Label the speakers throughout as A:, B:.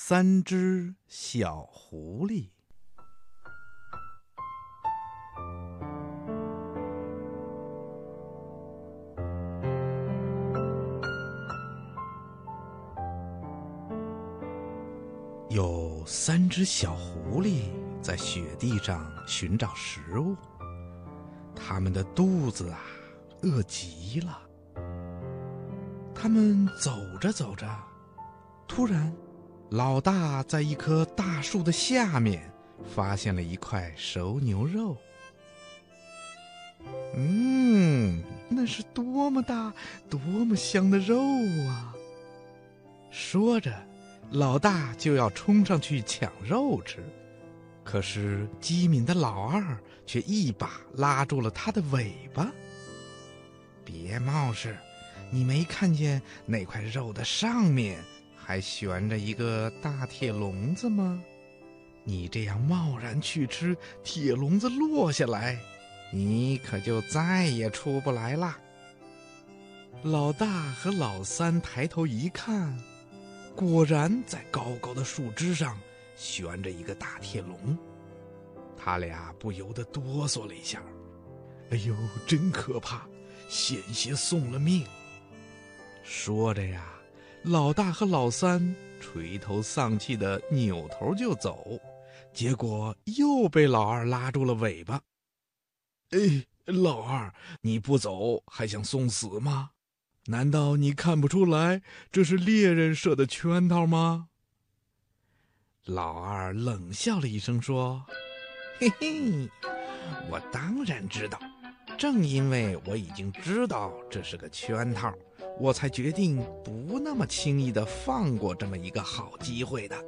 A: 三只小狐狸。有三只小狐狸在雪地上寻找食物，它们的肚子饿极了。它们走着走着，突然老大在一棵大树的下面发现了一块熟牛肉。那是多么大多么香的肉啊！说着，老大就要冲上去抢肉吃，可是机敏的老二却一把拉住了他的尾巴。别冒失，你没看见那块肉的上面还悬着一个大铁笼子吗？你这样贸然去吃，铁笼子落下来，你可就再也出不来啦。老大和老三抬头一看，果然在高高的树枝上悬着一个大铁笼。他俩不由得哆嗦了一下，哎呦，真可怕，险些送了命。说着呀，老大和老三垂头丧气的扭头就走，结果又被老二拉住了尾巴。老二，你不走还想送死吗？难道你看不出来这是猎人设的圈套吗？老二冷笑了一声说，嘿嘿，我当然知道，正因为我已经知道这是个圈套，我才决定不那么轻易地放过这么一个好机会的。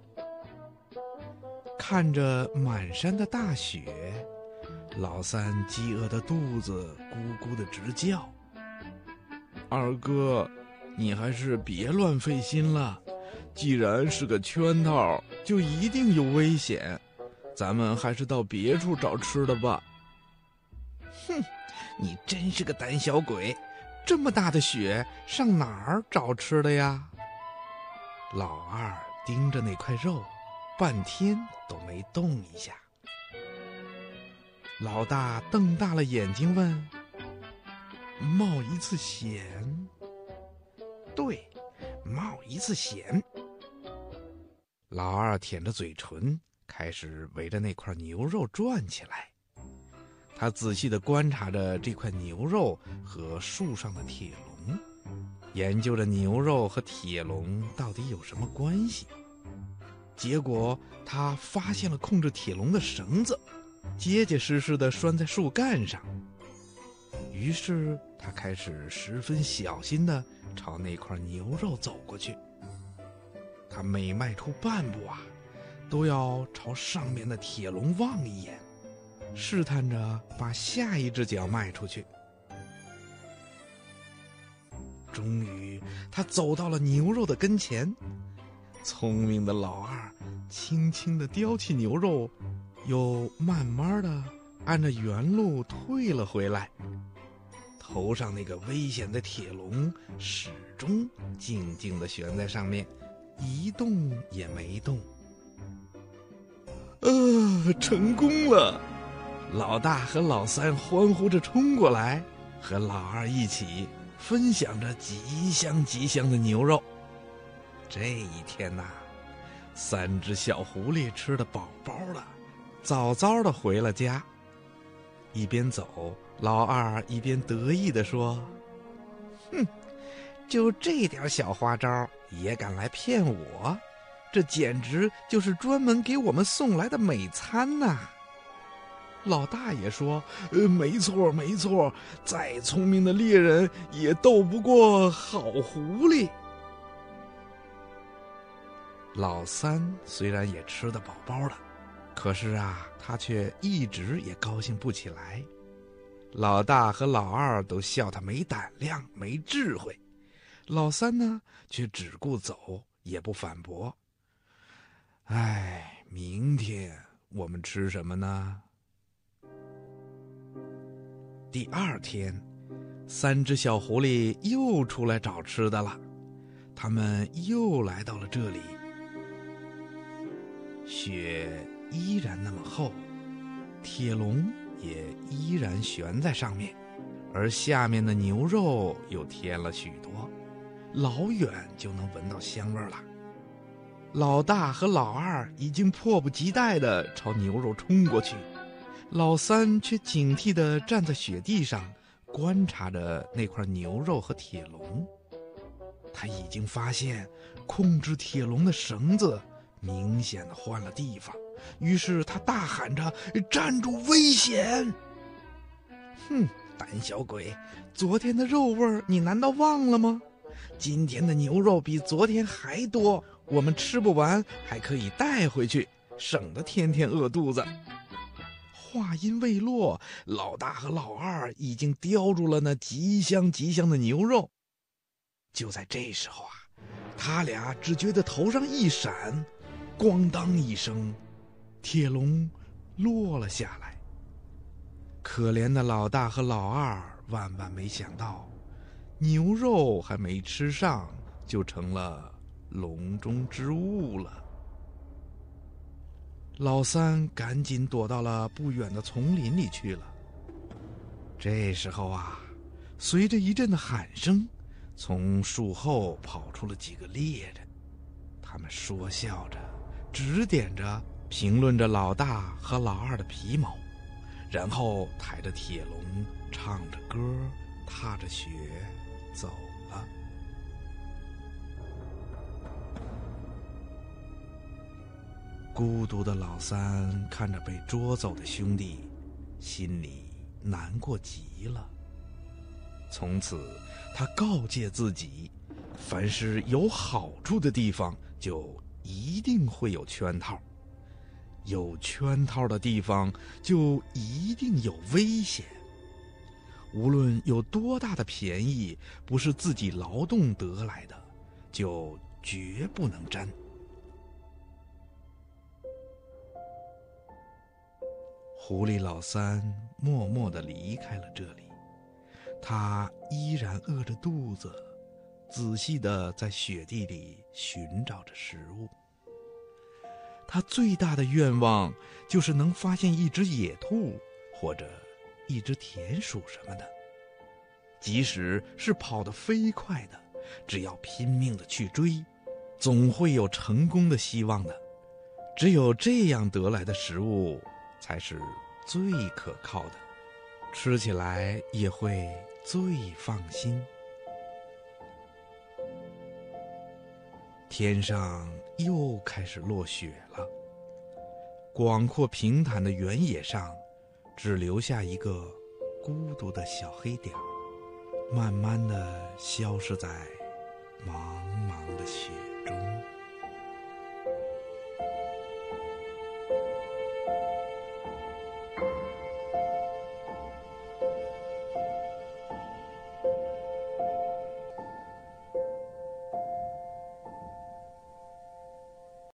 A: 看着满山的大雪，老三饥饿的肚子咕咕地直叫。二哥，你还是别乱费心了，既然是个圈套，就一定有危险，咱们还是到别处找吃的吧。哼，你真是个胆小鬼，这么大的雪，上哪儿找吃的呀？老二盯着那块肉，半天都没动一下。老大瞪大了眼睛问，冒一次险？对，冒一次险。老二舔着嘴唇，开始围着那块牛肉转起来。他仔细地观察着这块牛肉和树上的铁笼，研究着牛肉和铁笼到底有什么关系。结果他发现了控制铁笼的绳子，结结实实地拴在树干上。于是他开始十分小心地朝那块牛肉走过去。他每迈出半步都要朝上面的铁笼望一眼，试探着把下一只脚迈出去。终于他走到了牛肉的跟前，聪明的老二轻轻地叼起牛肉，又慢慢地按着原路退了回来。头上那个危险的铁笼始终静静地悬在上面，一动也没动。成功了！老大和老三欢呼着冲过来，和老二一起分享着极香极香的牛肉。这一天三只小狐狸吃得饱饱的，早早地回了家。一边走，老二一边得意地说，就这点小花招也敢来骗我，这简直就是专门给我们送来的美餐呐！老大也说，没错没错，再聪明的猎人也斗不过好狐狸。老三虽然也吃得饱饱的，可是他却一直也高兴不起来。老大和老二都笑他没胆量没智慧，老三呢却只顾走，也不反驳。明天我们吃什么呢？第二天，三只小狐狸又出来找吃的了。他们又来到了这里， 雪依然那么厚，铁笼也依然悬在上面，而下面的牛肉又添了许多，老远就能闻到香味了。老大和老二已经迫不及待地朝牛肉冲过去，老三却警惕地站在雪地上，观察着那块牛肉和铁笼。他已经发现控制铁笼的绳子明显地换了地方，于是他大喊着：“站住，危险！”哼，胆小鬼，昨天的肉味你难道忘了吗？今天的牛肉比昨天还多，我们吃不完还可以带回去，省得天天饿肚子。话音未落，老大和老二已经叼住了那极香极香的牛肉。就在这时候啊，他俩只觉得头上一闪，咣当一声，铁笼落了下来。可怜的老大和老二万万没想到，牛肉还没吃上，就成了笼中之物了。老三赶紧躲到了不远的丛林里去了。这时候啊，随着一阵的喊声，从树后跑出了几个猎人，他们说笑着，指点着，评论着老大和老二的皮毛，然后抬着铁笼，唱着歌，踏着雪走了。孤独的老三看着被捉走的兄弟，心里难过极了。从此他告诫自己，凡是有好处的地方就一定会有圈套，有圈套的地方就一定有危险。无论有多大的便宜不是自己劳动得来的，就绝不能沾。狐狸老三默默地离开了这里，他依然饿着肚子，仔细地在雪地里寻找着食物。他最大的愿望就是能发现一只野兔或者一只田鼠什么的，即使是跑得飞快的，只要拼命地去追，总会有成功的希望的。只有这样得来的食物才是最可靠的，吃起来也会最放心。天上又开始落雪了，广阔平坦的原野上只留下一个孤独的小黑点，慢慢地消失在茫茫的雪